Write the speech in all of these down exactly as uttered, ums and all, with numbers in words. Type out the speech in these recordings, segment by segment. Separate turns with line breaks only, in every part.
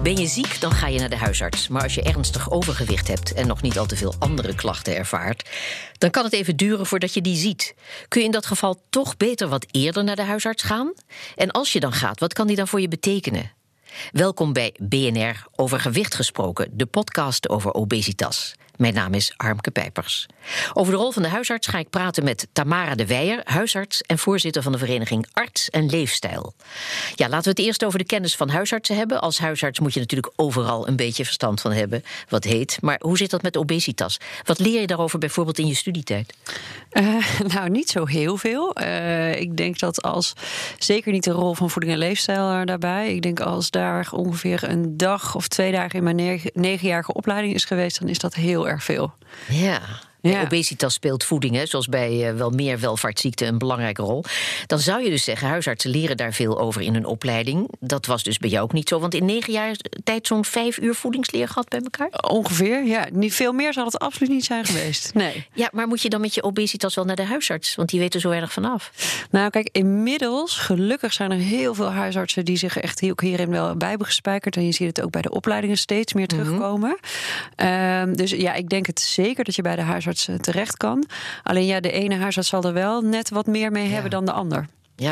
Ben je ziek, dan ga je naar de huisarts. Maar als je ernstig overgewicht hebt en nog niet al te veel andere klachten ervaart, dan kan het even duren voordat je die ziet. Kun je in dat geval toch beter wat eerder naar de huisarts gaan? En als je dan gaat, wat kan die dan voor je betekenen? Welkom bij B N R Over Gewicht Gesproken, de podcast over obesitas. Mijn naam is Harmke Pijpers. Over de rol van de huisarts ga ik praten met Tamara de Weijer, huisarts en voorzitter van de vereniging Arts en Leefstijl. Ja, laten we het eerst over de kennis van huisartsen hebben. Als huisarts moet je natuurlijk overal een beetje verstand van hebben, wat heet. Maar hoe zit dat met obesitas? Wat leer je daarover bijvoorbeeld in je studietijd?
Uh, nou, niet zo heel veel. Uh, ik denk dat als, zeker niet de rol van voeding en leefstijl daarbij. Ik denk als daar ongeveer een dag of twee dagen in mijn negen, negenjarige opleiding is geweest, dan is dat heel erg veel.
Ja. Bij
Ja.
obesitas speelt voeding, hè, zoals bij uh, wel meer welvaartsziekten, een belangrijke rol. Dan zou je dus zeggen, huisartsen leren daar veel over in hun opleiding. Dat was dus bij jou ook niet zo, want in negen jaar tijd zo'n vijf uur voedingsleer gehad bij elkaar?
Ongeveer, ja. Niet veel meer zou het absoluut niet zijn geweest. Nee.
Ja, maar moet je dan met je obesitas wel naar de huisarts? Want die weten zo erg vanaf.
Nou, kijk, inmiddels, gelukkig zijn er heel veel huisartsen die zich echt ook hierin wel bij hebben gespijkerd. En je ziet het ook bij de opleidingen steeds meer terugkomen. Mm-hmm. Um, dus ja, ik denk het zeker dat je bij de huisarts terecht kan. Alleen ja, de ene huisarts zal er wel net wat meer mee hebben ja. dan de ander.
Ja.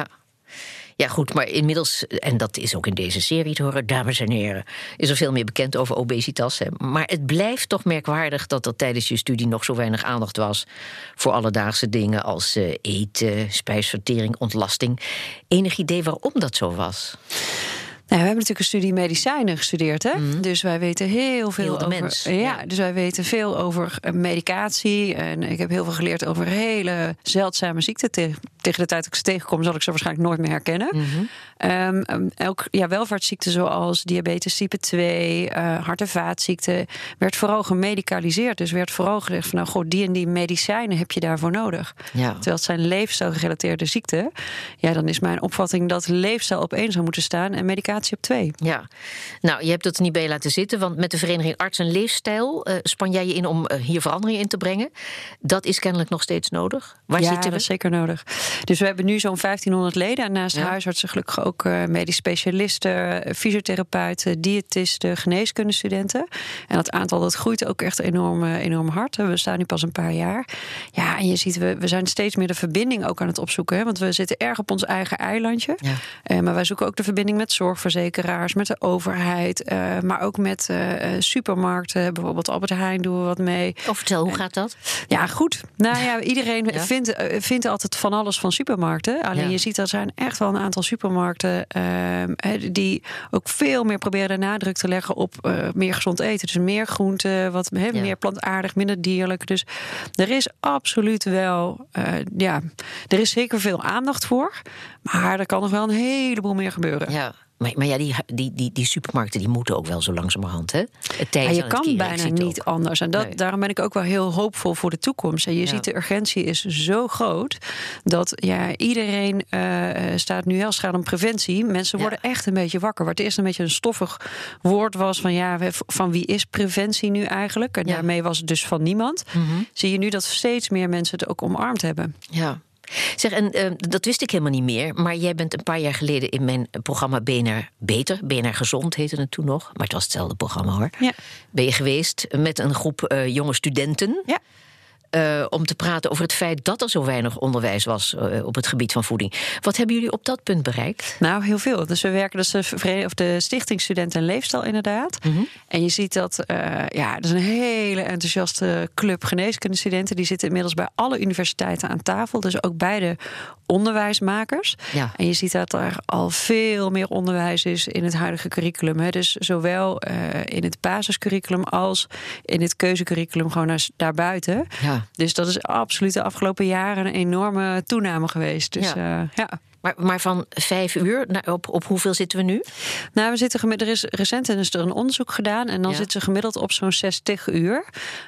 Ja, goed, maar inmiddels, en dat is ook in deze serie te horen, dames en heren, is er veel meer bekend over obesitas. Hè. Maar het blijft toch merkwaardig dat er tijdens je studie nog zo weinig aandacht was voor alledaagse dingen als uh, eten, spijsvertering, ontlasting. Enig idee waarom dat zo was?
Nou, we hebben natuurlijk een studie medicijnen gestudeerd, hè? Mm. Dus wij weten heel veel
heel de
over.
Mens.
Ja,
ja,
dus wij weten veel over medicatie. En ik heb heel veel geleerd over hele zeldzame ziekten. Tegen, tegen de tijd dat ik ze tegenkom, zal ik ze waarschijnlijk nooit meer herkennen. Mm-hmm. Um, elk, ja, welvaartsziekten zoals diabetes type twee, uh, hart- en vaatziekten, werd vooral gemedicaliseerd. Dus werd vooral gezegd van, nou, goh, die en die medicijnen heb je daarvoor nodig.
Ja.
Terwijl het zijn leefstijlgerelateerde ziekten. Ja, dan is mijn opvatting dat leefstijl op één zou moeten staan en medicatie op twee.
Ja, nou, je hebt het er niet bij laten zitten, want met de vereniging Arts en Leefstijl uh, span jij je in om uh, hier verandering in te brengen. Dat is kennelijk nog steeds nodig. Waar
ja,
zitten we?
Dat is zeker nodig. Dus we hebben nu zo'n vijftienhonderd leden en naast ja. huisartsen gelukkig ook uh, medisch specialisten, fysiotherapeuten, diëtisten, geneeskundestudenten. En dat aantal dat groeit ook echt enorm, uh, enorm hard. We staan nu pas een paar jaar. Ja, en je ziet, we, we zijn steeds meer de verbinding ook aan het opzoeken. Hè? Want we zitten erg op ons eigen eilandje. Ja. Uh, maar wij zoeken ook de verbinding met zorgverzekeraars, met de overheid, uh, maar ook met uh, supermarkten. Bijvoorbeeld Albert Heijn doen we wat mee.
Oh, vertel, hoe gaat dat?
Ja, goed. Nou ja, iedereen
ja?
vindt, uh, vindt altijd van alles van supermarkten. Alleen ja. je ziet, er zijn echt wel een aantal supermarkten uh, die ook veel meer proberen de nadruk te leggen op uh, meer gezond eten. Dus meer groente, wat he, ja. meer plantaardig, minder dierlijk. Dus er is absoluut wel, uh, ja, er is zeker veel aandacht voor. Maar er kan nog wel een heleboel meer gebeuren.
Ja. Maar, maar ja, die, die, die, die supermarkten die moeten ook wel zo langzamerhand, hè? Het
ja, je kan keren, bijna niet ook. anders. En dat, nee. daarom ben ik ook wel heel hoopvol voor de toekomst. En je ja. ziet, de urgentie is zo groot dat ja, iedereen uh, staat nu, als het gaat om preventie. Mensen worden ja. echt een beetje wakker. Waar het eerst een beetje een stoffig woord was van ja, van wie is preventie nu eigenlijk? En ja. daarmee was het dus van niemand. Mm-hmm. Zie je nu dat steeds meer mensen het ook omarmd hebben.
Ja. Zeg, en uh, dat wist ik helemaal niet meer. Maar jij bent een paar jaar geleden in mijn programma B N R Beter, B N R Gezond heette het toen nog, maar het was hetzelfde programma hoor.
Ja.
Ben je geweest met een groep uh, jonge studenten.
Ja.
Uh, om te praten over het feit dat er zo weinig onderwijs was uh, op het gebied van voeding. Wat hebben jullie op dat punt bereikt?
Nou, heel veel. Dus we werken dus de, of de Stichting Studenten en Leefstijl inderdaad. Mm-hmm. En je ziet dat, uh, ja, dat is een hele enthousiaste club geneeskundestudenten. Die zitten inmiddels bij alle universiteiten aan tafel. Dus ook bij de onderwijsmakers. Ja. En je ziet dat er al veel meer onderwijs is in het huidige curriculum. Hè. Dus zowel uh, in het basiscurriculum als in het keuzecurriculum gewoon naar, daarbuiten. Ja. Dus dat is absoluut de afgelopen jaren een enorme toename geweest. Dus, ja. Uh, ja.
Maar, maar van vijf uur, nou, op, op hoeveel zitten we nu?
Nou, we zitten er is recent is er een onderzoek gedaan en dan ja. zitten ze gemiddeld op zo'n zestig uur.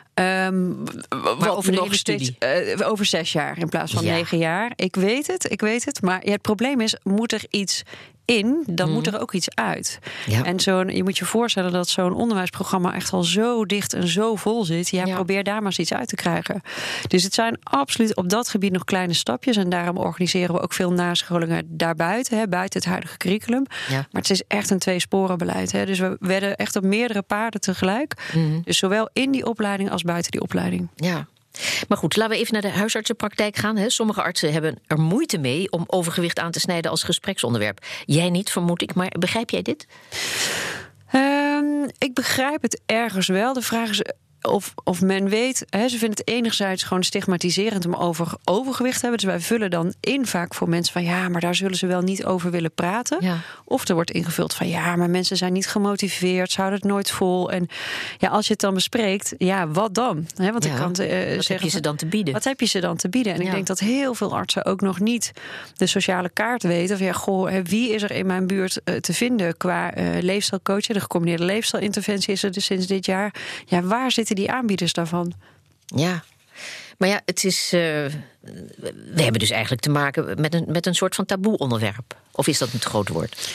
Um,
maar over de hele
steeds, uh, over zes jaar in plaats van ja. negen jaar. Ik weet het, ik weet het. Maar ja, het probleem is, moet er iets in, dan
Mm.
moet er ook iets uit.
Ja.
En zo'n, je moet je voorstellen dat zo'n onderwijsprogramma echt al zo dicht en zo vol zit. Ja,
Ja.
probeer daar maar eens iets uit te krijgen. Dus het zijn absoluut op dat gebied nog kleine stapjes. En daarom organiseren we ook veel nascholingen daarbuiten, hè, buiten het huidige curriculum.
Ja.
Maar het is echt een tweesporenbeleid. Hè. Dus we werden echt op meerdere paarden tegelijk.
Mm.
Dus zowel in die opleiding als buiten die opleiding.
Ja. Maar goed, laten we even naar de huisartsenpraktijk gaan. Hè. Sommige artsen hebben er moeite mee om overgewicht aan te snijden als gespreksonderwerp. Jij niet, vermoed ik, maar begrijp jij dit?
Um, ik begrijp het ergens wel. De vraag is of, of men weet, hè, ze vinden het enerzijds gewoon stigmatiserend om over overgewicht te hebben. Dus wij vullen dan in vaak voor mensen van ja, maar daar zullen ze wel niet over willen praten.
Ja.
Of er wordt ingevuld van ja, maar mensen zijn niet gemotiveerd, ze houden het nooit vol. En ja, als je het dan bespreekt, ja, wat dan? Hè, want
Ja,
ik kan te, uh,
wat
zeggen,
heb je ze dan te bieden?
Wat heb je ze dan te bieden? En
Ja.
ik denk dat heel veel artsen ook nog niet de sociale kaart weten. Of ja, goh, hè, wie is er in mijn buurt uh, te vinden qua uh, leefstijlcoach? De gecombineerde leefstijlinterventie is er dus sinds dit jaar. Ja, waar zitten die aanbieders daarvan?
Ja, maar ja, het is. Uh, we hebben dus eigenlijk te maken met een, met een soort van taboe-onderwerp. Of is dat een te groot woord?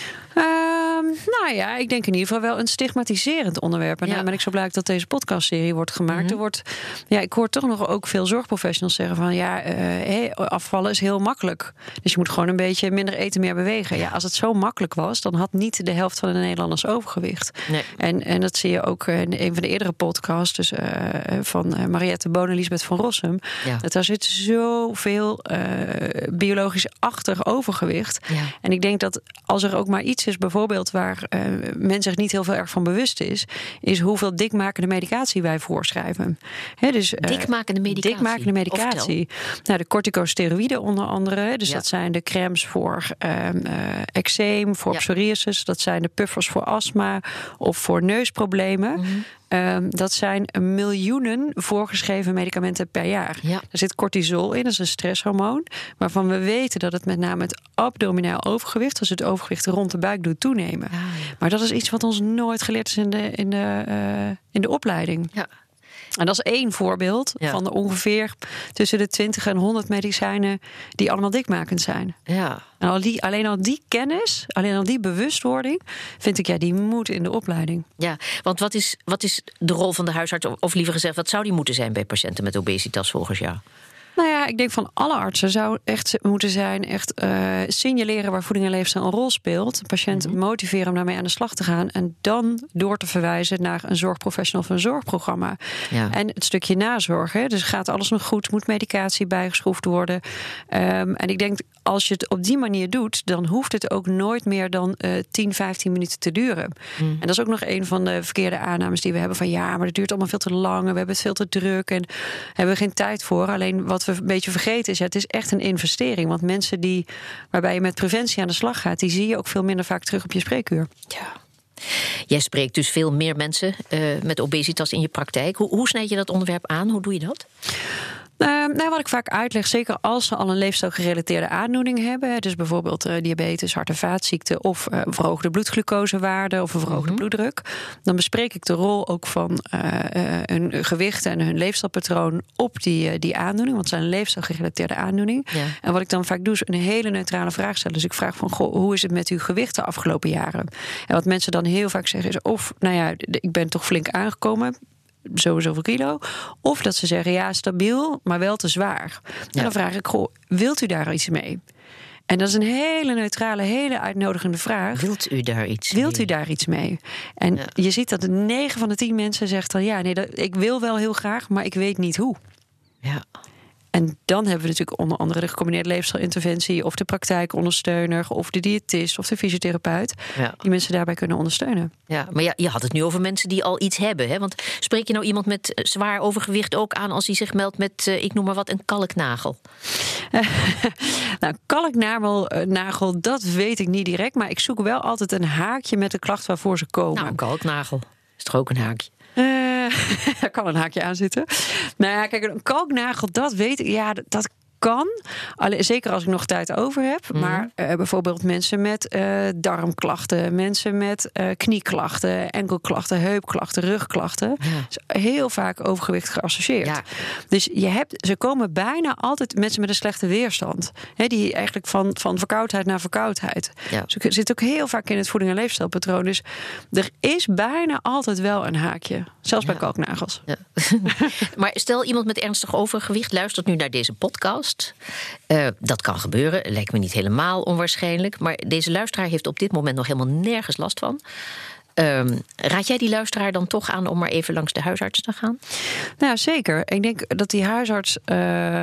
Um, nou ja, ik denk in ieder geval wel een stigmatiserend onderwerp. En
Ja.
daarom ben ik zo blij dat deze podcastserie wordt gemaakt.
Mm-hmm.
Er wordt, ja, ik hoor toch nog ook veel zorgprofessionals zeggen van ja, uh, hey, afvallen is heel makkelijk. Dus je moet gewoon een beetje minder eten, meer bewegen. Ja, als het zo makkelijk was, dan had niet de helft van de Nederlanders overgewicht.
Nee.
En, en dat zie je ook in een van de eerdere podcasts dus, uh, van uh, Mariette Boon en Liesbeth van Rossum.
Ja.
Dat daar zit zoveel uh, biologisch achter overgewicht.
Ja.
En ik denk dat als er ook maar iets is, bijvoorbeeld waar uh, men zich niet heel veel erg van bewust is, is hoeveel dikmakende medicatie wij voorschrijven. He, dus, uh,
Dikmakende medicatie?
Dikmakende medicatie. Nou, de corticosteroïden onder andere. Dus
Ja.
dat zijn de crèmes voor uh, uh, eczeem, voor
Ja.
psoriasis. Dat zijn de puffers voor astma of voor neusproblemen.
Mm-hmm.
Um, dat zijn miljoenen voorgeschreven medicamenten per jaar.
Ja.
Er zit cortisol in, dat is een stresshormoon, waarvan we weten dat het met name het abdominaal overgewicht, dus het overgewicht rond de buik, doet toenemen.
Ah, ja.
Maar dat is iets wat ons nooit geleerd is in de, in de, uh, in de opleiding.
Ja.
En dat is één voorbeeld
Ja.
van de ongeveer tussen de twintig en honderd medicijnen die allemaal dikmakend zijn.
Ja.
En al die, alleen al die kennis, alleen al die bewustwording, vind ik, ja, die moet in de opleiding.
Ja, want wat is, wat is de rol van de huisarts? Of liever gezegd, wat zou die moeten zijn bij patiënten met obesitas volgens jou?
Nou ja, ik denk van alle artsen zou echt moeten zijn echt uh, signaleren waar voeding en leefstijl een rol speelt. De patiënt mm-hmm. motiveren om daarmee aan de slag te gaan en dan door te verwijzen naar een zorgprofessional of een zorgprogramma.
Ja.
En het stukje nazorg, hè, dus gaat alles nog goed, moet medicatie bijgeschroefd worden. Um, en ik denk, als je het op die manier doet, dan hoeft het ook nooit meer dan uh, tien, vijftien minuten te duren. Mm. En dat is ook nog een van de verkeerde aannames die we hebben van ja, maar het duurt allemaal veel te lang, we hebben het veel te druk en hebben we geen tijd voor. Alleen wat we een beetje vergeten is, ja, het is echt een investering. Want mensen die, waarbij je met preventie aan de slag gaat, die zie je ook veel minder vaak terug op je spreekuur.
Ja. Jij spreekt dus veel meer mensen uh, met obesitas in je praktijk. Hoe, hoe snijd je dat onderwerp aan? Hoe doe je dat?
Uh, nou, wat ik vaak uitleg, zeker als ze al een leefstijlgerelateerde aandoening hebben, dus bijvoorbeeld uh, diabetes, hart- en vaatziekten of uh, verhoogde bloedglucosewaarde of een verhoogde mm-hmm. bloeddruk, dan bespreek ik de rol ook van uh, uh, hun gewicht en hun leefstijlpatroon op die, uh, die aandoening, want het zijn een leefstijlgerelateerde aandoening. Ja. En wat ik dan vaak doe, is een hele neutrale vraag stellen. Dus ik vraag van, goh, hoe is het met uw gewicht de afgelopen jaren? En wat mensen dan heel vaak zeggen is, of, nou ja, ik ben toch flink aangekomen, sowieso veel kilo. Of dat ze zeggen, ja, stabiel, maar wel te zwaar. Ja. En dan vraag ik, goh, wilt u daar iets mee? En dat is een hele neutrale, hele uitnodigende vraag.
Wilt u daar iets
Wilt
mee?
u daar iets mee? En ja. je ziet dat negen van de tien mensen zegt dan, ja, nee, dat, ik wil wel heel graag, maar ik weet niet hoe.
Ja.
En dan hebben we natuurlijk onder andere de gecombineerde leefstijlinterventie of de praktijkondersteuner of de diëtist of de fysiotherapeut. Ja. Die mensen daarbij kunnen ondersteunen.
Ja, maar ja, je had het nu over mensen die al iets hebben. Hè? Want spreek je nou iemand met zwaar overgewicht ook aan als hij zich meldt met, uh, ik noem maar wat, een kalknagel?
nou, kalknagel, dat weet ik niet direct. Maar ik zoek wel altijd een haakje met de klacht waarvoor ze komen.
Nou, een kalknagel is toch ook een haakje?
Uh, daar kan een haakje aan zitten. Nou ja, kijk, een kalknagel, dat weet ik. Ja, dat kan. Alleen, zeker als ik nog tijd over heb. Mm. Maar uh, bijvoorbeeld mensen met uh, darmklachten, mensen met uh, knieklachten, enkelklachten, heupklachten, rugklachten. Ja. Is heel vaak overgewicht geassocieerd. Ja. Dus je hebt, ze komen bijna altijd mensen met een slechte weerstand. He, die eigenlijk van, van verkoudheid naar verkoudheid. Ja. Dus het zit ook heel vaak in het voeding- en leefstijlpatroon. Dus er is bijna altijd wel een haakje. Zelfs ja. bij kalknagels. Ja.
Maar stel iemand met ernstig overgewicht luistert nu naar deze podcast. Uh, dat kan gebeuren, lijkt me niet helemaal onwaarschijnlijk. Maar deze luisteraar heeft op dit moment nog helemaal nergens last van. Um, raad jij die luisteraar dan toch aan om maar even langs de huisarts te gaan?
Nou, zeker. Ik denk dat die huisarts uh,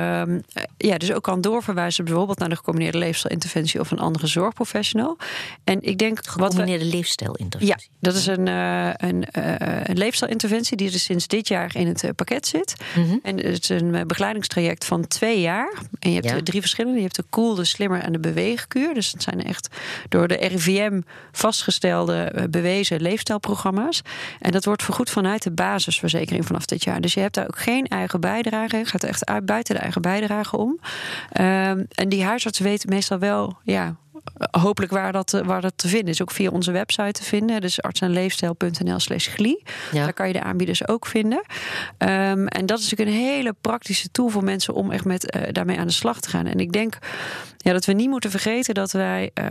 ja, dus ook kan doorverwijzen bijvoorbeeld naar de gecombineerde leefstijlinterventie of een andere zorgprofessional. En ik denk
gecombineerde wat we, leefstijlinterventie.
Ja, dat is een, uh, een, uh, een leefstijlinterventie die er sinds dit jaar in het uh, pakket zit. Mm-hmm. En het is een begeleidingstraject van twee jaar. En je hebt ja. drie verschillende. Je hebt de Cool, de Slimmer en de Beweegkuur. Dus het zijn echt door de R I V M vastgestelde uh, bewezen leefstijlprogramma's. En dat wordt vergoed vanuit de basisverzekering vanaf dit jaar. Dus je hebt daar ook geen eigen bijdrage. Je gaat er echt uit buiten de eigen bijdrage om. Um, en die huisarts weet meestal wel, ja, hopelijk waar dat, waar dat te vinden is. Ook via onze website te vinden. Dus artsenleefstijl.nl slash glie. Ja. Daar kan je de aanbieders ook vinden. Um, en dat is natuurlijk een hele praktische tool voor mensen om echt met, uh, daarmee aan de slag te gaan. En ik denk ja, dat we niet moeten vergeten dat wij... Uh,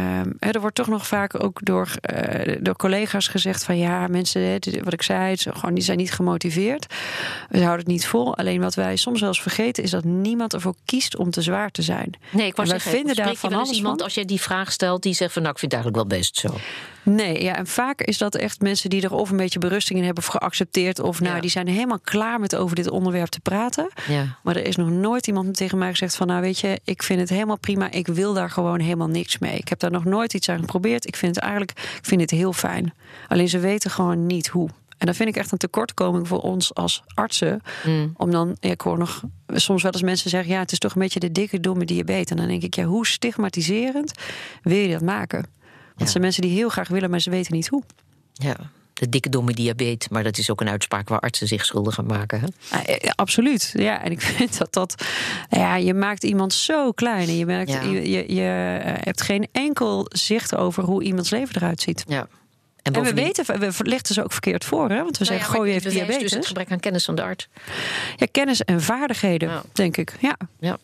er wordt toch nog vaak ook door, uh, door collega's gezegd van ja, mensen, wat ik zei, ze gewoon, die zijn niet gemotiveerd. We houden het niet vol. Alleen wat wij soms wel eens vergeten is dat niemand ervoor kiest om te zwaar te zijn.
Nee, ik wou zeggen, vinden daar van alles iemand van. Als jij die vraag stelt die zegt van nou, ik vind het eigenlijk wel best zo.
Nee, ja, en vaak is dat echt mensen die er of een beetje berusting in hebben of geaccepteerd of nou, ja. die zijn helemaal klaar met over dit onderwerp te praten. Ja. Maar er is nog nooit iemand tegen mij gezegd van nou weet je, ik vind het helemaal prima, ik wil daar gewoon helemaal niks mee. Ik heb daar nog nooit iets aan geprobeerd. Ik vind het eigenlijk, ik vind het heel fijn. Alleen ze weten gewoon niet hoe. En dat vind ik echt een tekortkoming voor ons als artsen. Mm. Om dan, ja, ik hoor nog soms wel eens mensen zeggen ja, het is toch een beetje de dikke domme diabetes. En dan denk ik ja, hoe stigmatiserend wil je dat maken? Want het zijn mensen die heel graag willen, maar ze weten niet hoe.
Ja, de dikke domme diabetes. Maar dat is ook een uitspraak waar artsen zich schuldig gaan maken. Hè?
Ja, absoluut. Ja, en ik vind dat dat... Ja, je maakt iemand zo klein. En je merkt, ja. je, je, je hebt geen enkel zicht over hoe iemands leven eruit ziet.
Ja.
En, en we weten, we lichten ze ook verkeerd voor, hè? Want we
nou
zeggen,
ja,
gooi heeft diabetes.
Dus het gebrek aan kennis van de arts.
Ja, kennis en vaardigheden, ja. denk ik. Ja.
Ja.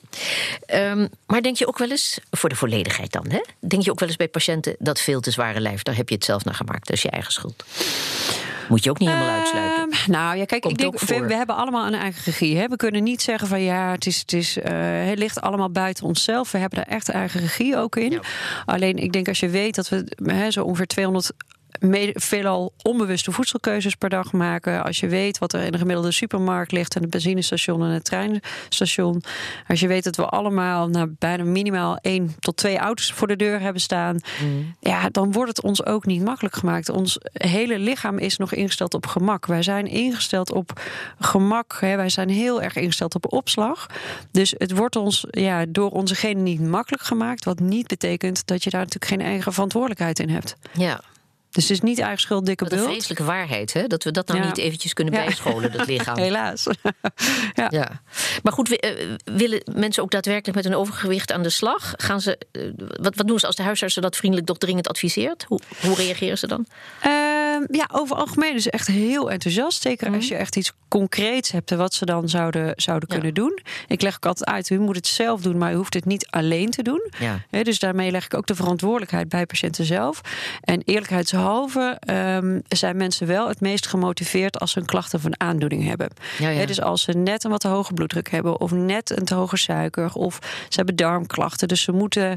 Um, maar denk je ook wel eens, voor de volledigheid dan, hè? Denk je ook wel eens bij patiënten dat veel te zware lijf, daar heb je het zelf naar gemaakt, dat is je eigen schuld? Moet je ook niet helemaal uh, uitsluiten.
Nou ja, kijk, ik denk, we, we hebben allemaal een eigen regie. Hè? We kunnen niet zeggen van ja, het, is, het, is, uh, het ligt allemaal buiten onszelf. We hebben daar echt eigen regie ook in. Ja. Alleen ik denk als je weet dat we hè, zo ongeveer tweehonderd Mede, veelal onbewuste voedselkeuzes per dag maken. Als je weet wat er in de gemiddelde supermarkt ligt en het benzinestation en het treinstation. Als je weet dat we allemaal nou, bijna minimaal één tot twee auto's voor de deur hebben staan. Mm. Ja, dan wordt het ons ook niet makkelijk gemaakt. Ons hele lichaam is nog ingesteld op gemak. Wij zijn ingesteld op gemak. Hè. Wij zijn heel erg ingesteld op opslag. Dus het wordt ons ja, door onze genen niet makkelijk gemaakt. Wat niet betekent dat je daar natuurlijk geen eigen verantwoordelijkheid in hebt.
Ja.
Dus het is niet eigen schuld, dikke bult.
Wat een vreselijke waarheid, hè? Dat we dat nou ja. niet eventjes kunnen ja. bijscholen, dat lichaam.
Helaas.
ja. ja. Maar goed, we, uh, willen mensen ook daadwerkelijk met een overgewicht aan de slag? Gaan ze, uh, wat, wat doen ze als de huisarts dat vriendelijk doch dringend adviseert? Hoe, hoe reageren ze dan?
Uh, ja, over het algemeen is echt heel enthousiast. Zeker mm. als je echt iets concreets hebt wat ze dan zouden, zouden ja. kunnen doen. Ik leg ook altijd uit, u moet het zelf doen, maar u hoeft het niet alleen te doen. Ja. He, dus daarmee leg ik ook de verantwoordelijkheid bij patiënten zelf. En eerlijkheidshalve um, zijn mensen wel het meest gemotiveerd als ze een klacht of een aandoening hebben. Ja, ja. He, dus als ze net een wat te hoge bloeddruk hebben of net een te hoge suiker of ze hebben darmklachten. Dus ze moeten...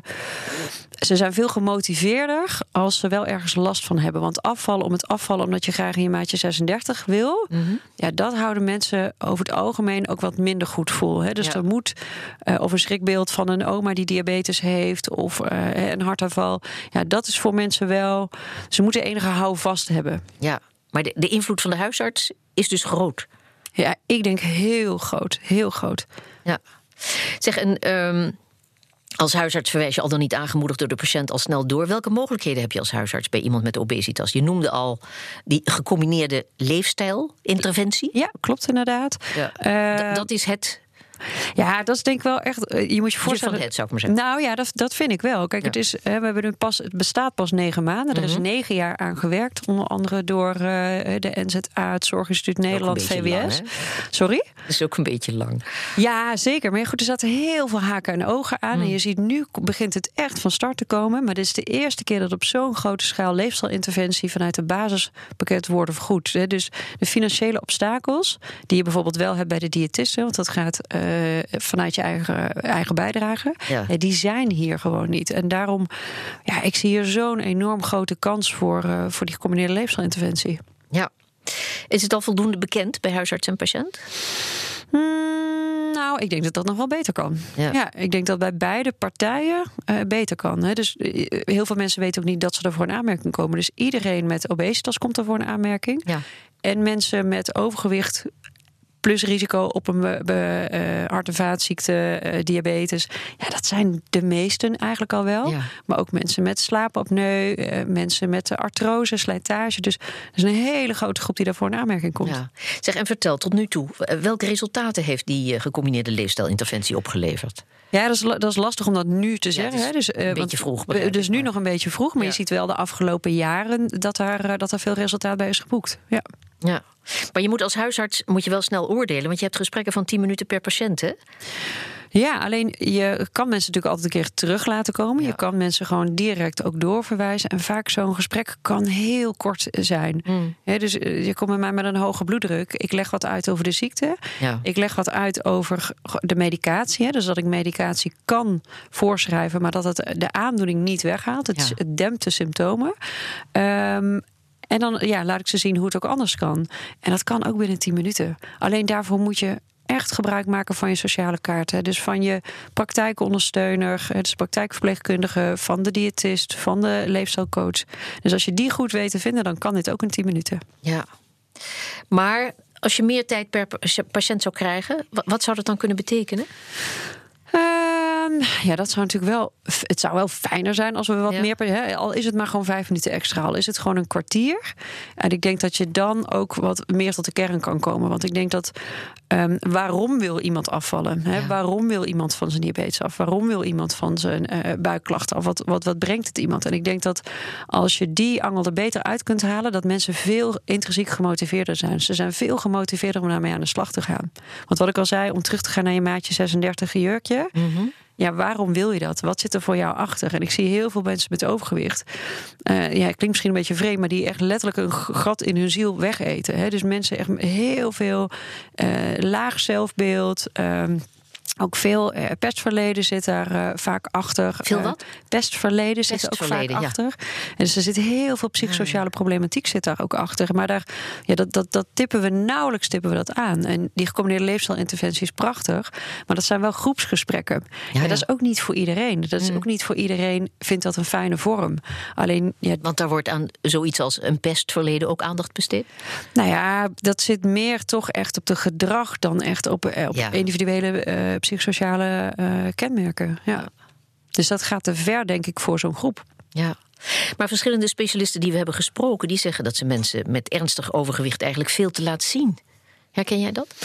Ze zijn veel gemotiveerder als ze wel ergens last van hebben. Want afvallen om het afvallen omdat je graag in je maatje zesendertig wil... Mm-hmm. Ja, dat houden mensen over het algemeen ook wat minder goed vol. Hè? Dus ja. er moet, uh, of een schrikbeeld van een oma die diabetes heeft... of uh, een hartaanval. Ja, dat is voor mensen wel... Ze moeten enige houvast hebben.
Ja, maar de, de invloed van de huisarts is dus groot.
Ja, ik denk heel groot. Heel groot.
Ja. Zeg, een... Um... Als huisarts verwijs je al dan niet aangemoedigd door de patiënt al snel door. Welke mogelijkheden heb je als huisarts bij iemand met obesitas? Je noemde al die gecombineerde leefstijlinterventie.
Ja, klopt inderdaad.
Ja. Uh, D- dat is het...
Ja, dat is denk ik wel echt. Je moet je voorstellen.
Van het, zou ik maar zeggen.
Nou ja, dat, dat vind ik wel. Kijk, ja. het, is, we hebben nu pas, het bestaat pas negen maanden. Er is mm-hmm. negen jaar aan gewerkt. Onder andere door uh, de N Z A, het Zorginstituut Nederland, V W S.
Lang,
Sorry?
Dat is ook een beetje lang.
Ja, zeker. Maar goed, er zaten heel veel haken en ogen aan. Mm. En je ziet nu begint het echt van start te komen. Maar dit is de eerste keer dat op zo'n grote schaal leefstijlinterventie vanuit de basispakket worden vergoed. Dus de financiële obstakels die je bijvoorbeeld wel hebt bij de diëtisten, want dat gaat uh, vanuit je eigen, eigen bijdrage, ja. die zijn hier gewoon niet. En daarom, ja, ik zie hier zo'n enorm grote kans voor, uh, voor die gecombineerde leefstijlinterventie.
Ja. Is het al voldoende bekend bij huisarts en patiënt?
Hmm, nou, ik denk dat dat nog wel beter kan. Ja, ja ik denk dat bij beide partijen uh, beter kan. Hè. Dus uh, heel veel mensen weten ook niet dat ze ervoor in aanmerking komen. Dus iedereen met obesitas komt ervoor in aanmerking. Ja. En mensen met overgewicht plus risico op een be, uh, hart- en vaatziekte, uh, diabetes. Ja, dat zijn de meesten eigenlijk al wel. Ja. Maar ook mensen met slaapapneu, uh, mensen met uh, artrose, slijtage. Dus er is een hele grote groep die daarvoor in aanmerking komt. Ja.
Zeg, en vertel tot nu toe, welke resultaten heeft die uh, gecombineerde leefstijlinterventie opgeleverd?
Ja, dat is, dat is lastig om dat nu te zeggen.
Ja,
hè. Dus, uh,
een beetje vroeg.
Dus nu nog een beetje vroeg. Maar ja. je ziet wel de afgelopen jaren dat er, uh, dat er veel resultaat bij is geboekt. Ja.
Ja, maar je moet als huisarts moet je wel snel oordelen, want je hebt gesprekken van tien minuten per patiënt, hè?
Ja, alleen je kan mensen natuurlijk altijd een keer terug laten komen. Ja. Je kan mensen gewoon direct ook doorverwijzen. En vaak zo'n gesprek kan heel kort zijn. Mm. He, dus je komt bij mij met een hoge bloeddruk. Ik leg wat uit over de ziekte. Ja. Ik leg wat uit over de medicatie. Hè, dus dat ik medicatie kan voorschrijven, maar dat het de aandoening niet weghaalt. Het, ja. het dempt de symptomen. Um, En dan ja, laat ik ze zien hoe het ook anders kan. En dat kan ook binnen tien minuten. Alleen daarvoor moet je echt gebruik maken van je sociale kaart. Hè. Dus van je praktijkondersteuner, dus praktijkverpleegkundige, van de diëtist, van de leefstijlcoach. Dus als je die goed weet te vinden, dan kan dit ook in tien minuten.
Ja, maar als je meer tijd per patiënt zou krijgen, wat zou dat dan kunnen betekenen?
Uh, ja, dat zou natuurlijk wel. Het zou wel fijner zijn als we wat ja. meer. Hè, al is het maar gewoon vijf minuten extra, al is het gewoon een kwartier. En ik denk dat je dan ook wat meer tot de kern kan komen. Want ik denk dat. Um, waarom wil iemand afvallen? Hè? Ja. Waarom wil iemand van zijn diabetes af? Waarom wil iemand van zijn uh, buikklachten af? Wat, wat, wat brengt het iemand? En ik denk dat als je die angel er beter uit kunt halen, dat mensen veel intrinsiek gemotiveerder zijn. Ze zijn veel gemotiveerder om daarmee aan de slag te gaan. Want wat ik al zei, om terug te gaan naar je maatje zesendertig jurkje. Mm-hmm. Ja, waarom wil je dat? Wat zit er voor jou achter? En ik zie heel veel mensen met overgewicht. Uh, ja, het klinkt misschien een beetje vreemd, maar die echt letterlijk een gat in hun ziel wegeten. Hè? Dus mensen echt heel veel uh, laag zelfbeeld. Um, Ook veel uh, pestverleden zit daar uh, vaak achter.
Veel wat?
Uh, pestverleden zit er ook vaak ja. achter. En dus er zit heel veel psychosociale problematiek zit daar ook achter. Maar daar, ja, dat, dat, dat tippen we nauwelijks tippen we dat aan. En die gecombineerde leefstijlinterventie is prachtig. Maar dat zijn wel groepsgesprekken. Ja, ja. En dat is ook niet voor iedereen. Dat is mm. ook niet voor iedereen vindt dat een fijne vorm. Alleen, ja,
want daar wordt aan zoiets als een pestverleden ook aandacht besteed?
Nou ja, dat zit meer toch echt op de gedrag dan echt op, op ja. individuele uh, psychosociale uh, kenmerken. Ja. Dus dat gaat te ver, denk ik, voor zo'n groep.
Ja. Maar verschillende specialisten die we hebben gesproken, die zeggen dat ze mensen met ernstig overgewicht eigenlijk veel te laten zien. Herken jij dat?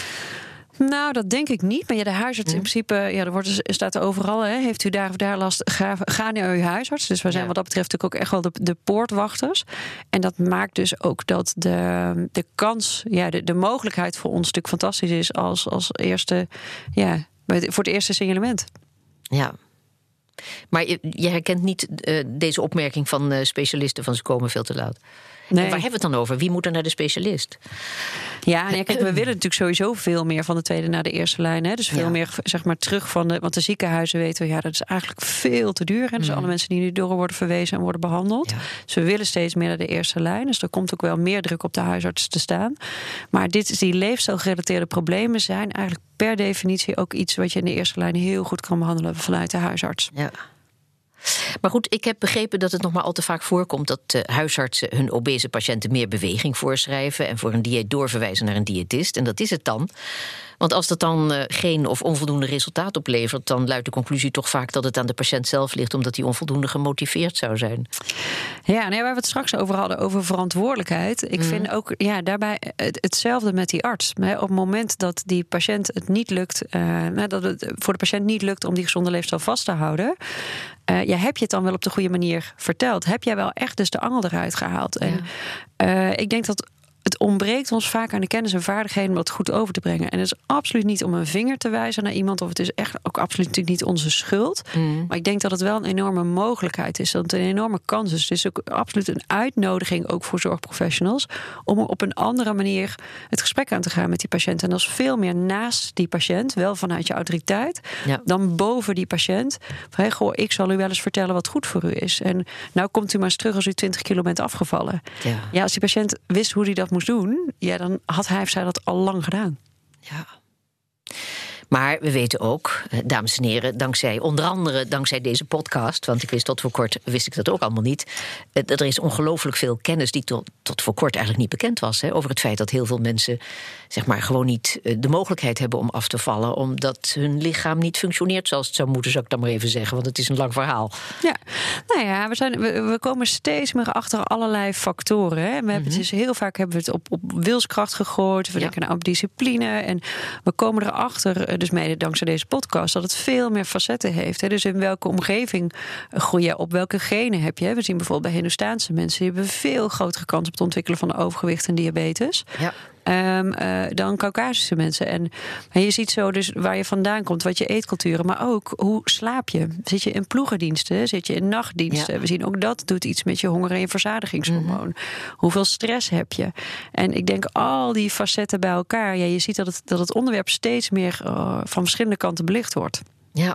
Nou, dat denk ik niet. Maar ja, de huisarts in principe, ja, er wordt, staat er overal. Hè, heeft u daar of daar last, ga, ga naar uw huisarts. Dus wij zijn ja. wat dat betreft natuurlijk ook echt wel de, de poortwachters. En dat maakt dus ook dat de, de kans, ja, de, de mogelijkheid voor ons natuurlijk fantastisch is als, als eerste, ja, voor het eerste signalement.
Ja. Maar je, je herkent niet uh, deze opmerking van uh, specialisten van ze komen veel te laat. Nee. En waar hebben we het dan over? Wie moet er naar de specialist?
Ja, nee, kijk, we willen natuurlijk sowieso veel meer van de tweede naar de eerste lijn. Hè? Dus veel ja. meer zeg maar terug van de. Want de ziekenhuizen weten we, ja, dat is eigenlijk veel te duur. Hè? Dus mm. alle mensen die nu door worden verwezen en worden behandeld. Ja. Dus we willen steeds meer naar de eerste lijn. Dus er komt ook wel meer druk op de huisarts te staan. Maar dit is die leefstijlgerelateerde problemen zijn eigenlijk per definitie ook iets wat je in de eerste lijn heel goed kan behandelen vanuit de huisarts.
Ja. Maar goed, ik heb begrepen dat het nog maar al te vaak voorkomt dat uh, huisartsen hun obese patiënten meer beweging voorschrijven en voor een dieet doorverwijzen naar een diëtist. En dat is het dan. Want als dat dan uh, geen of onvoldoende resultaat oplevert, dan luidt de conclusie toch vaak dat het aan de patiënt zelf ligt, omdat hij onvoldoende gemotiveerd zou zijn.
Ja, nee, waar we het straks over hadden, over verantwoordelijkheid. Ik mm. vind ook ja, daarbij hetzelfde met die arts. Op het moment dat die patiënt het niet lukt, uh, dat het voor de patiënt niet lukt om die gezonde leefstijl vast te houden, Uh, ja, heb je het dan wel op de goede manier verteld? Heb jij wel echt dus de angel eruit gehaald? Ja. En uh, ik denk dat het ontbreekt ons vaak aan de kennis en vaardigheden om dat goed over te brengen. En het is absoluut niet om een vinger te wijzen naar iemand, of het is echt ook absoluut natuurlijk niet onze schuld. Mm. Maar ik denk dat het wel een enorme mogelijkheid is, dat het een enorme kans is. Het is ook absoluut een uitnodiging ook voor zorgprofessionals om op een andere manier het gesprek aan te gaan met die patiënt. En dat is veel meer naast die patiënt, wel vanuit je autoriteit, ja. dan boven die patiënt. Van, hey, goh, ik zal u wel eens vertellen wat goed voor u is. En nou komt u maar eens terug als u twintig kilo bent afgevallen. Ja, ja als die patiënt wist hoe hij dat moest doen, ja, dan had hij of zij dat al lang gedaan.
Ja. Maar we weten ook, dames en heren, dankzij onder andere dankzij deze podcast, want ik wist tot voor kort wist ik dat ook allemaal niet. Er is ongelooflijk veel kennis die tot, tot voor kort eigenlijk niet bekend was. Hè, over het feit dat heel veel mensen zeg maar gewoon niet de mogelijkheid hebben om af te vallen, omdat hun lichaam niet functioneert zoals het zou moeten, zou ik dan maar even zeggen, want het is een lang verhaal.
Ja, nou ja, we, zijn, we, we komen steeds meer achter allerlei factoren. Hè. We hebben mm-hmm. het dus heel vaak hebben we het op, op wilskracht gegooid, we ja. denken aan discipline en we komen erachter, dus mede dankzij deze podcast, dat het veel meer facetten heeft. Hè. Dus in welke omgeving groei je op, welke genen heb je? We zien bijvoorbeeld bij Hindoestaanse mensen, die hebben veel grotere kans op het ontwikkelen van overgewicht en diabetes. Ja. Um, uh, dan Caucasische mensen. En, en je ziet zo dus waar je vandaan komt, wat je eetculturen, maar ook hoe slaap je? Zit je in ploegendiensten? Zit je in nachtdiensten? Ja. We zien ook dat doet iets met je honger- en je verzadigingshormoon. Mm-hmm. Hoeveel stress heb je? En ik denk al die facetten bij elkaar, ja, je ziet dat het, dat het onderwerp steeds meer uh, van verschillende kanten belicht wordt.
Ja.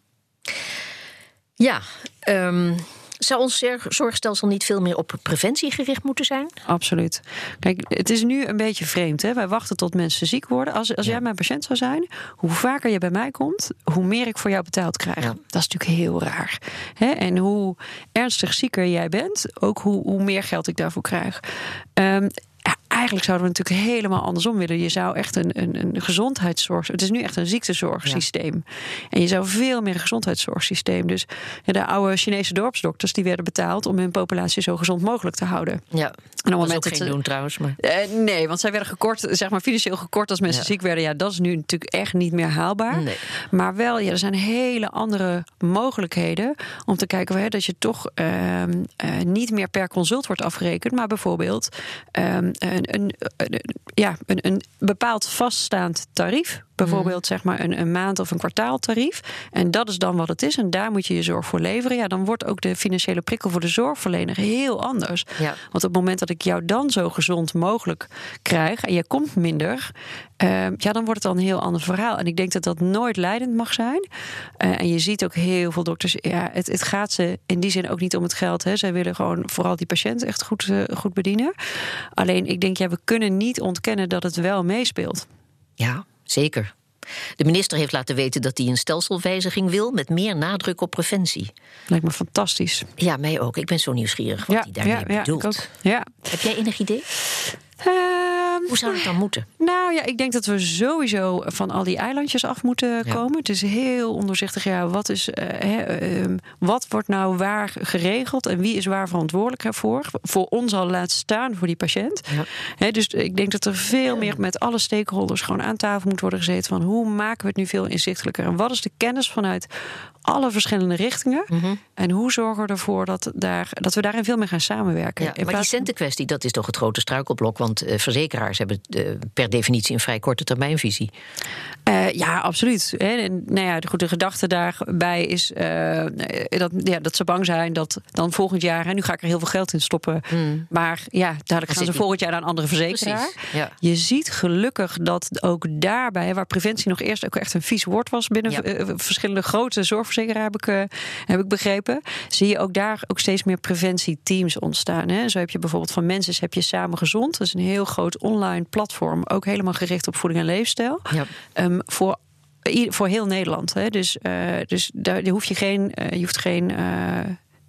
Ja, um... Zou ons zorgstelsel niet veel meer op preventie gericht moeten zijn?
Absoluut. Kijk, het is nu een beetje vreemd. Hè? Wij wachten tot mensen ziek worden. Als, als ja. jij mijn patiënt zou zijn, hoe vaker je bij mij komt, hoe meer ik voor jou betaald krijg. Ja. Dat is natuurlijk heel raar. Hè? En hoe ernstig zieker jij bent, ook hoe, hoe meer geld ik daarvoor krijg. Um, Eigenlijk zouden we natuurlijk helemaal andersom willen. Je zou echt een, een, een gezondheidszorg... Het is nu echt een ziektezorgsysteem. Ja. En je zou veel meer een gezondheidszorgsysteem. Dus ja, de oude Chinese dorpsdokters die werden betaald om hun populatie zo gezond mogelijk te houden.
Ja, en dat is ook geen doen trouwens. Maar...
Uh, nee, want zij werden gekort, zeg maar financieel gekort als mensen ja. ziek werden. Ja, dat is nu natuurlijk echt niet meer haalbaar. Nee. Maar wel, ja, er zijn hele andere mogelijkheden om te kijken hè, dat je toch uh, uh, niet meer per consult wordt afgerekend, maar bijvoorbeeld Um, een, een, een, ja, een, een bepaald vaststaand tarief. Bijvoorbeeld mm. zeg maar een, een maand of een kwartaaltarief. En dat is dan wat het is. En daar moet je je zorg voor leveren. Ja, dan wordt ook de financiële prikkel voor de zorgverlener heel anders. Ja. Want op het moment dat ik jou dan zo gezond mogelijk krijg en je komt minder, uh, ja, dan wordt het dan een heel ander verhaal. En ik denk dat dat nooit leidend mag zijn. Uh, en je ziet ook heel veel dokters, ja, het, het gaat ze in die zin ook niet om het geld. Hè. Zij willen gewoon vooral die patiënt echt goed, uh, goed bedienen. Alleen ik denk, ja, we kunnen niet ontkennen dat het wel meespeelt.
Ja, zeker. De minister heeft laten weten dat hij een stelselwijziging wil met meer nadruk op preventie.
Lijkt me fantastisch.
Ja, mij ook. Ik ben zo nieuwsgierig wat ja, hij daarmee ja, bedoelt. Ja, ik ook. Ja. Heb jij enig idee? Uh, Hoe zou het dan moeten?
Nou ja, ik denk dat we sowieso van al die eilandjes af moeten komen. Ja. Het is heel ondoorzichtig. Ja, wat, is, uh, he, uh, wat wordt nou waar geregeld en wie is waar verantwoordelijk ervoor? Voor ons al laat staan voor die patiënt. Ja. He, dus ik denk dat er veel meer met alle stakeholders gewoon aan tafel moet worden gezeten van hoe maken we het nu veel inzichtelijker? En wat is de kennis vanuit alle verschillende richtingen? Mm-hmm. En hoe zorgen we ervoor dat, daar, dat we daarin veel meer gaan samenwerken?
Ja, maar die centenkwestie, dat is toch het grote struikelblok, want uh, verzekeraars hebben uh, per definitie een vrij korte termijnvisie.
Uh, ja, absoluut. En, nou ja, de goede gedachte daarbij is uh, dat, ja, dat ze bang zijn dat dan volgend jaar, en nu ga ik er heel veel geld in stoppen, mm. maar ja, dadelijk gaan ze die... volgend jaar naar een andere verzekeraar. Ja. Je ziet gelukkig dat ook daarbij, waar preventie nog eerst ook echt een vies woord was binnen ja. uh, verschillende grote zorgverzekeraars, heb ik, uh, heb ik begrepen, zie je ook daar ook steeds meer preventieteams ontstaan. Hè. Zo heb je bijvoorbeeld van Mensis heb je Samen Gezond. Dat is een heel groot online platform, ook helemaal gericht op voeding en leefstijl. Ja. Um, voor Voor heel Nederland. Hè. Dus, uh, dus daar hoef je geen, uh, je hoeft geen uh,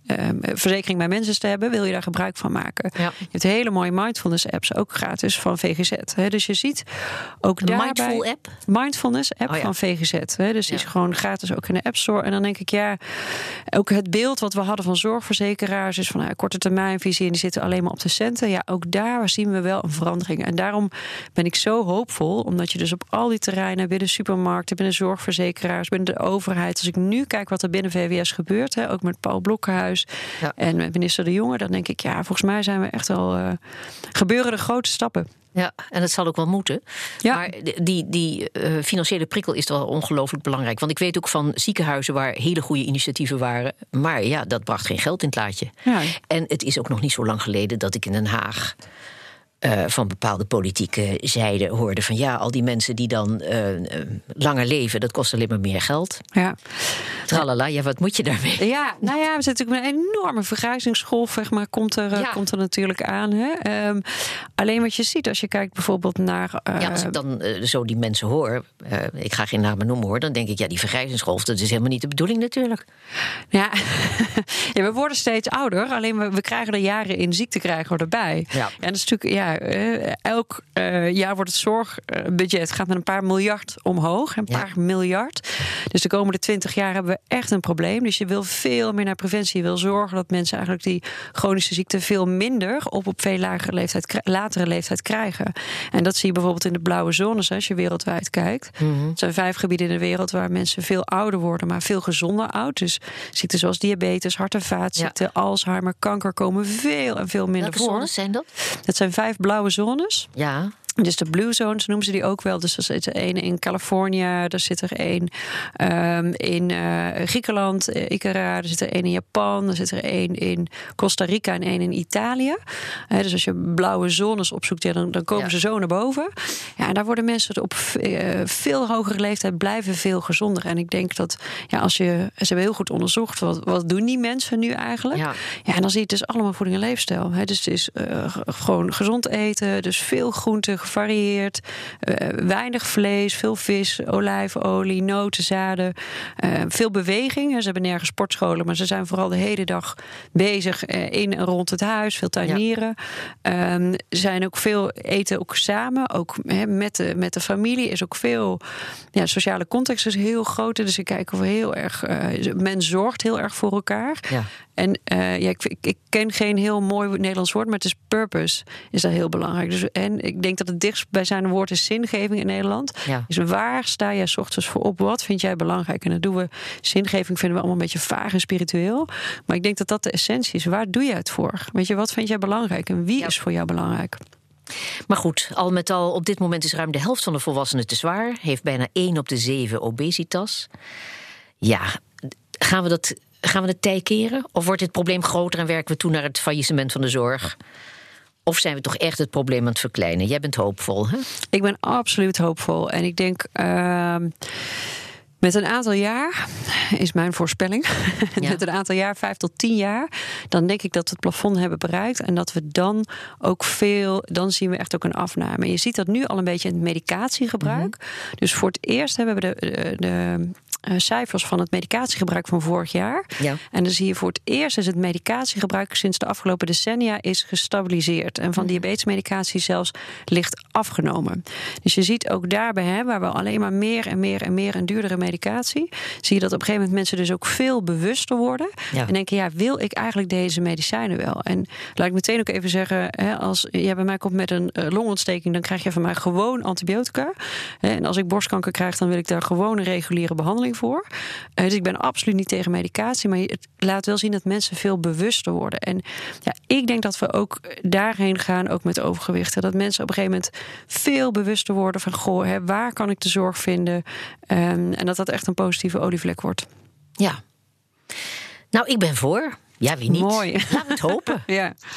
um, verzekering bij mensen te hebben, wil je daar gebruik van maken. Ja. Je hebt hele mooie mindfulness apps, ook gratis van V G Z. Hè. Dus je ziet ook
een
daarbij...
Mindful app?
Mindfulness app oh, ja. van V G Z. Hè. Dus die ja. is gewoon gratis ook in de App Store. En dan denk ik, ja, ook het beeld wat we hadden van zorgverzekeraars is van nou, korte termijnvisie en die zitten alleen maar op de centen. Ja, ook daar zien we wel een verandering. En daarom ben ik zo hoopvol, omdat je dus op al die terreinen, binnen supermarkten, binnen zorgverzekeraars, binnen de overheid. Als ik nu kijk wat er binnen V W S gebeurt, hè, ook met Paul Blokhuis ja. en met minister De Jonge, dan denk ik, ja, volgens mij zijn we echt al uh, gebeuren er grote stappen.
Ja, en dat zal ook wel moeten. Ja. Maar die, die uh, financiële prikkel is wel ongelooflijk belangrijk. Want ik weet ook van ziekenhuizen waar hele goede initiatieven waren. Maar ja, dat bracht geen geld in het laadje. Ja. En het is ook nog niet zo lang geleden dat ik in Den Haag Uh, van bepaalde politieke zijden hoorde van ja, al die mensen die dan uh, uh, langer leven, dat kost alleen maar meer geld. Ja. Tralala, ja, wat moet je daarmee?
Ja, nou ja, we zitten natuurlijk met een enorme vergrijzingsgolf, zeg maar, komt er, ja. komt er natuurlijk aan. Hè? Um, alleen wat je ziet als je kijkt bijvoorbeeld naar... Uh,
ja, als ik dan uh, zo die mensen hoor, uh, ik ga geen namen noemen hoor, dan denk ik, ja, die vergrijzingsgolf, dat is helemaal niet de bedoeling natuurlijk.
Ja, ja we worden steeds ouder, alleen we, we krijgen er jaren in ziekte krijgen we erbij. Ja. En dat is natuurlijk, ja, Uh, elk uh, jaar wordt het zorgbudget gaat met een paar miljard omhoog. Een ja. paar miljard. Dus de komende twintig jaar hebben we echt een probleem. Dus je wil veel meer naar preventie. Je wil zorgen dat mensen eigenlijk die chronische ziekte veel minder op op veel lagere leeftijd, latere leeftijd krijgen. En dat zie je bijvoorbeeld in de blauwe zones als je wereldwijd kijkt. Mm-hmm. Het zijn vijf gebieden in de wereld waar mensen veel ouder worden, maar veel gezonder oud. Dus ziekten zoals diabetes, hart- en vaatziekten, ja. Alzheimer, kanker komen veel en veel minder
Welke
voor.
Welke zones zijn dat?
Dat zijn vijf blauwe zones.
Ja.
Dus de blue zones noemen ze die ook wel. Dus er zit er één in Californië, er zit er één um, in uh, Griekenland, uh, Icara, er zit er één in Japan, er zit er één in Costa Rica en één in Italië. Uh, dus als je blauwe zones opzoekt, ja, dan, dan komen ja. ze zo naar boven. Ja, en daar worden mensen op uh, veel hogere leeftijd blijven veel gezonder. En ik denk dat, ja, als je, ze hebben heel goed onderzocht, wat, wat doen die mensen nu eigenlijk? Ja. Ja, en dan zie je het dus allemaal voeding en leefstijl. Hè. Dus het is uh, gewoon gezond eten, dus veel groente, gevarieerd, uh, weinig vlees, veel vis, olijfolie, noten, zaden, uh, veel beweging. Ze hebben nergens sportscholen, maar ze zijn vooral de hele dag bezig uh, in en rond het huis, veel tuinieren. Ja. Um, zijn ook veel eten ook samen, ook he, met, de, met de familie is ook veel. Ja, sociale context is heel groot, dus ik kijk of heel erg. Uh, men zorgt heel erg voor elkaar. Ja. En uh, ja, ik, ik, ik ken geen heel mooi Nederlands woord, maar het is purpose, is daar heel belangrijk. Dus, en ik denk dat het dichtstbijzijnde woord is zingeving in Nederland. Ja. Dus waar sta jij 's ochtends voor op? Wat vind jij belangrijk? En dat doen we, zingeving vinden we allemaal een beetje vaag en spiritueel. Maar ik denk dat dat de essentie is. Waar doe je het voor? Weet je, wat vind jij belangrijk? En wie ja. is voor jou belangrijk?
Maar goed, al met al, op dit moment is ruim de helft van de volwassenen te zwaar. Heeft bijna één op de zeven obesitas. Ja, gaan we dat... Gaan we het tij keren? Of wordt dit probleem groter en werken we toe naar het faillissement van de zorg? Of zijn we toch echt het probleem aan het verkleinen? Jij bent hoopvol, hè?
Ik ben absoluut hoopvol. En ik denk, uh, met een aantal jaar, is mijn voorspelling, ja. met een aantal jaar, vijf tot tien jaar, dan denk ik dat we het plafond hebben bereikt. En dat we dan ook veel, dan zien we echt ook een afname. En je ziet dat nu al een beetje in het medicatiegebruik. Mm-hmm. Dus voor het eerst hebben we de... de, de Uh, cijfers van het medicatiegebruik van vorig jaar. Ja. En dan zie je voor het eerst is het medicatiegebruik sinds de afgelopen decennia is gestabiliseerd. En van mm. diabetesmedicatie zelfs licht afgenomen. Dus je ziet ook daarbij, hè, waar we alleen maar meer en meer en meer en duurdere medicatie, zie je dat op een gegeven moment mensen dus ook veel bewuster worden. Ja. En denken, ja, wil ik eigenlijk deze medicijnen wel? En laat ik meteen ook even zeggen, hè, als jij bij mij komt met een uh, longontsteking, dan krijg je van mij gewoon antibiotica. En als ik borstkanker krijg, dan wil ik daar gewoon een reguliere behandeling voor. Uh, dus ik ben absoluut niet tegen medicatie, maar het laat wel zien dat mensen veel bewuster worden. En ja, ik denk dat we ook daarheen gaan, ook met overgewicht. Dat mensen op een gegeven moment veel bewuster worden van, goh, hè, waar kan ik de zorg vinden? Um, en dat dat echt een positieve olievlek wordt.
Ja. Nou, ik ben voor. Ja, wie niet?
Mooi.
Laten we het hopen.
Ja.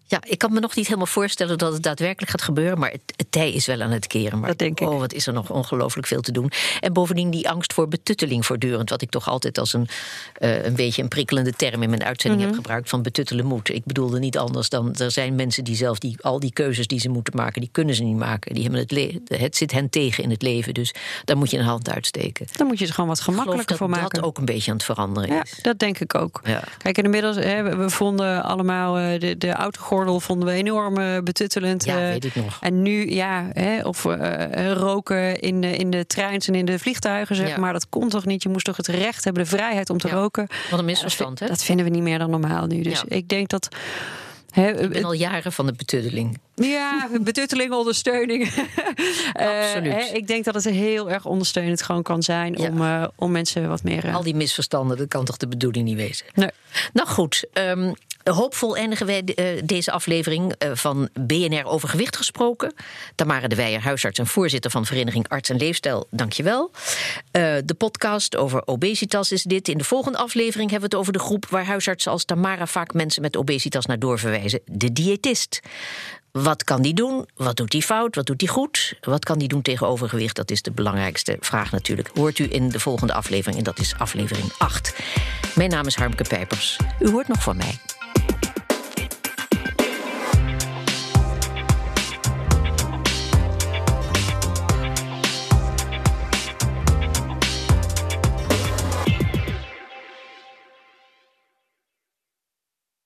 Ja, ik kan me nog niet helemaal voorstellen dat het daadwerkelijk gaat gebeuren, maar het, het tij is wel aan het keren. Maar
dat denk ik.
Oh, wat is er nog ongelooflijk veel te doen. En bovendien die angst voor betutteling voortdurend, wat ik toch altijd als een, uh, een beetje een prikkelende term in mijn uitzending mm-hmm. heb gebruikt, van betuttelen moet. Ik bedoelde niet anders dan, er zijn mensen die zelf die, al die keuzes die ze moeten maken, die kunnen ze niet maken. Die hebben het, le- het zit hen tegen in het leven, dus daar moet je een hand uitsteken.
Dan moet je er gewoon wat gemakkelijker voor maken.
Ik geloof dat dat ook een beetje aan het veranderen
ja,
is.
Dat denk ik ook.
Ja.
Kijk, inmiddels, hè, we vonden allemaal uh, de, de autogordel vonden we enorm uh, betuttelend.
Ja,
uh,
weet ik nog.
En nu, ja, hè, of uh, roken in de, in de treins en in de vliegtuigen, zeg
ja.
maar. Dat kon toch niet? Je moest toch het recht hebben, de vrijheid om te
ja.
roken.
Wat een misverstand,
ja, dat,
hè?
Dat vinden we niet meer dan normaal nu. Dus
ja.
ik denk dat... He,
ik ben al jaren van de betutteling.
Ja, betutteling, ondersteuning.
Absoluut.
uh, he, ik denk dat het heel erg ondersteunend gewoon kan zijn ja. om, uh, om mensen wat meer... Uh...
Al die misverstanden, dat kan toch de bedoeling niet wezen?
Nee.
Nou goed, um, hoopvol eindigen wij de, uh, deze aflevering uh, van B N R over gewicht gesproken. Tamara de Weijer, huisarts en voorzitter van Vereniging Arts en Leefstijl, dankjewel. Uh, de podcast over obesitas is dit. In de volgende aflevering hebben we het over de groep waar huisartsen als Tamara vaak mensen met obesitas naar doorverwijzen, de diëtist. Wat kan die doen? Wat doet die fout? Wat doet die goed? Wat kan die doen tegen overgewicht? Dat is de belangrijkste vraag natuurlijk. Hoort u in de volgende aflevering en dat is aflevering acht. Mijn naam is Harmke Pijpers. U hoort nog van mij.